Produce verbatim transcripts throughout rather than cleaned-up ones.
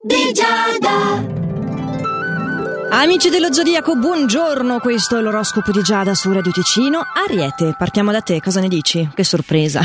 di Giada. Amici dello Zodiaco, buongiorno, questo è l'oroscopo di Giada su Radio Ticino. Ariete, partiamo da te, cosa ne dici? Che sorpresa.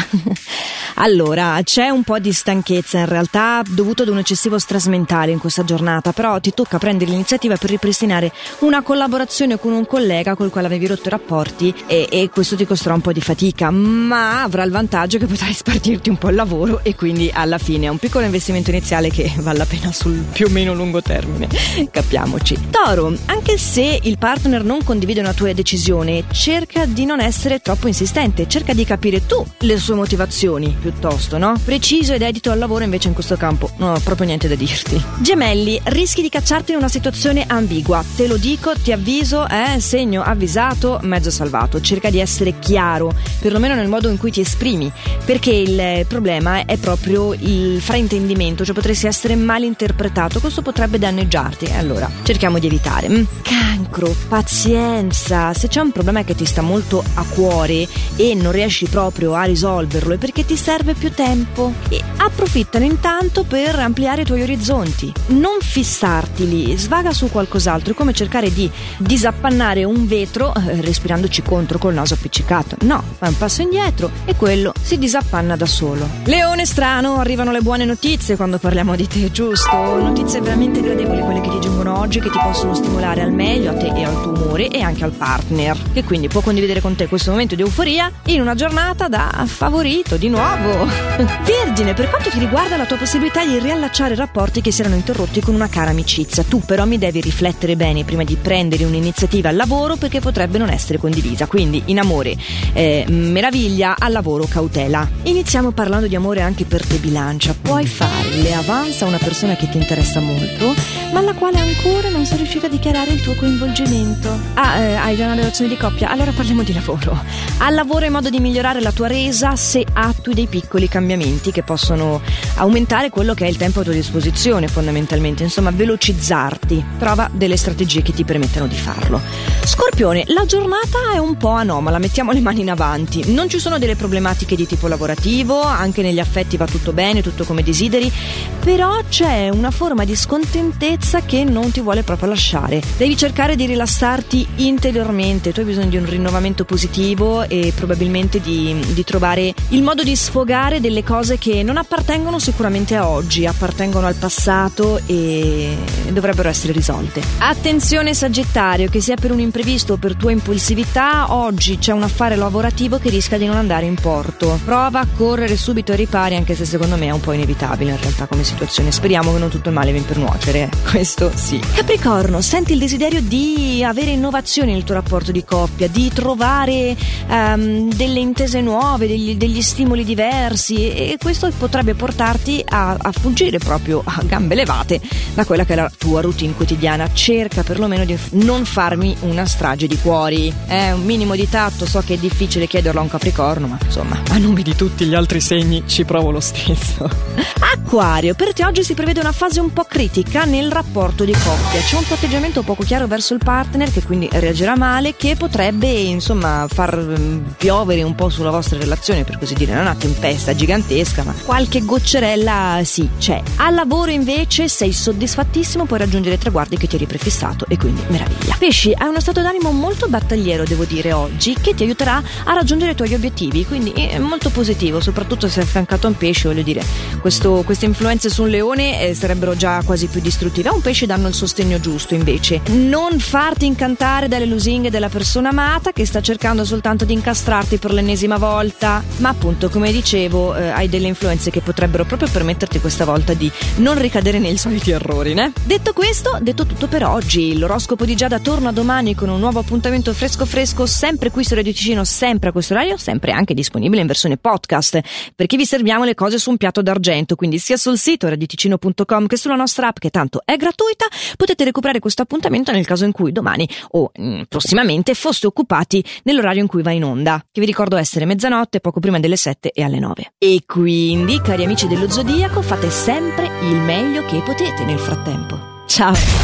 Allora, c'è un po' di stanchezza in realtà dovuto ad un eccessivo stress mentale in questa giornata, però ti tocca prendere l'iniziativa per ripristinare una collaborazione con un collega col quale avevi rotto i rapporti e, e questo ti costerà un po' di fatica, ma avrà il vantaggio che potrai spartirti un po' il lavoro e quindi alla fine è un piccolo investimento iniziale che vale la pena sul più o meno lungo termine, capiamoci. Toro, anche se il partner non condivide una tua decisione, cerca di non essere troppo insistente, cerca di capire tu le sue motivazioni piuttosto, no? Preciso ed edito al lavoro invece in questo campo non ho proprio niente da dirti. Gemelli, rischi di cacciarti in una situazione ambigua, te lo dico, ti avviso, eh, segno avvisato, mezzo salvato. Cerca di essere chiaro, perlomeno nel modo in cui ti esprimi, perché il problema è proprio il fraintendimento, cioè potresti essere mal interpretato, questo potrebbe danneggiarti, allora cerchiamo di evitare. Mm. Cancro, pazienza, se c'è un problema che ti sta molto a cuore e non riesci proprio a risolverlo è perché ti serve più tempo, e approfittane intanto per ampliare i tuoi orizzonti, non fissarti lì, svaga su qualcos'altro, è come cercare di disappannare un vetro eh, respirandoci contro col naso appiccicato, no, fai un passo indietro e quello si disappanna da solo. Leone strano, arrivano le buone notizie quando parliamo di te, giusto? Notizie veramente gradevoli quelle che ti giungono oggi, che ti possono stimolare al meglio a te e al tuo umore e anche al partner, che quindi può condividere con te questo momento di euforia in una giornata da favorito di nuovo. Vergine, per quanto ti riguarda la tua possibilità di riallacciare rapporti che si erano interrotti con una cara amicizia, tu però mi devi riflettere bene prima di prendere un'iniziativa al lavoro perché potrebbe non essere condivisa, quindi in amore eh, meraviglia, al lavoro cautela. Iniziamo parlando di amore anche per te Bilancia, puoi fare le avance a una persona che ti interessa molto ma alla quale ancora non sei riuscita a dichiarare il tuo coinvolgimento. Ah, eh, hai già una relazione di coppia? Allora parliamo di lavoro. Al lavoro è modo di migliorare la tua resa se attui dei piccoli cambiamenti che possono aumentare quello che è il tempo a tua disposizione, fondamentalmente, insomma velocizzarti. Trova delle strategie che ti permettano di farlo. Scorpione, la giornata è un po' anomala, mettiamo le mani in avanti. Non ci sono delle problematiche di tipo lavorativo, anche negli affetti va tutto bene, tutto come desideri, però c'è una forma di scontentezza che non ti vuole proprio lasciare. Devi cercare di rilassarti interiormente, tu hai bisogno di un rinnovamento positivo e probabilmente di, di trovare il modo di sfogare delle cose che non appartengono sicuramente a oggi, appartengono al passato e dovrebbero essere risolte. Attenzione Sagittario, che sia per un imprevisto o per tua impulsività, oggi c'è un affare lavorativo che rischia di non andare in porto. Prova a correre subito ai ripari, anche se secondo me è un po' inevitabile in realtà come situazione. Speriamo che non tutto il male viene per nuocere, questo sì. Capricorno, senti il desiderio di avere innovazioni nel tuo rapporto di coppia, di trovare um, delle intese nuove, degli, degli stimoli diversi, e questo potrebbe portarti a, a fuggire proprio a gambe levate da quella che è la tua routine quotidiana. Cerca perlomeno di non farmi una strage di cuori, è un minimo di tatto, so che è difficile chiederlo a un Capricorno, ma insomma a nome di tutti gli altri segni ci provo lo stesso. Acquario, per te oggi si prevede una fase un po' critica nel rapporto di coppia, c'è un tuo atteggiamento poco chiaro verso il partner che quindi reagirà male, che potrebbe insomma far piovere un po' sulla vostra relazione, per così dire, non una tempesta gigantesca ma qualche goccerella sì c'è. Al lavoro invece sei soddisfattissimo, puoi raggiungere i traguardi che ti eri prefissato e quindi meraviglia. Pesci, hai uno stato d'animo molto battagliero devo dire oggi, che ti aiuterà a raggiungere i tuoi obiettivi, quindi è molto positivo, soprattutto se è affiancato a un pesce, voglio dire, questo, queste influenze su un leone eh, sarebbero già quasi più distruttive. A un pesce danno il sostegno giusto invece. Non farti incantare dalle lusinghe della persona amata che sta cercando soltanto di incastrarti per l'ennesima volta, ma appunto come dicevo eh, hai delle influenze che potrebbero proprio permetterti questa volta di non ricadere nei soliti errori, né? Detto questo, detto tutto per oggi, l'oroscopo di Giada torna domani con un nuovo appuntamento fresco fresco, sempre qui su Radio Ticino, sempre a questo orario, sempre anche disponibile in versione podcast, perché vi serviamo le cose su un piatto d'argento, quindi sia sul sito radioticino punto com che sulla nostra app, che tanto è gratuita. Potete recuperare questo appuntamento nel caso in cui domani o mh, prossimamente foste occupati nell'orario in cui va in onda, che vi ricordo essere mezzanotte, poco prima delle sette e alle nove. E quindi, cari amici dello Zodiaco, fate sempre il meglio che potete nel frattempo. Ciao!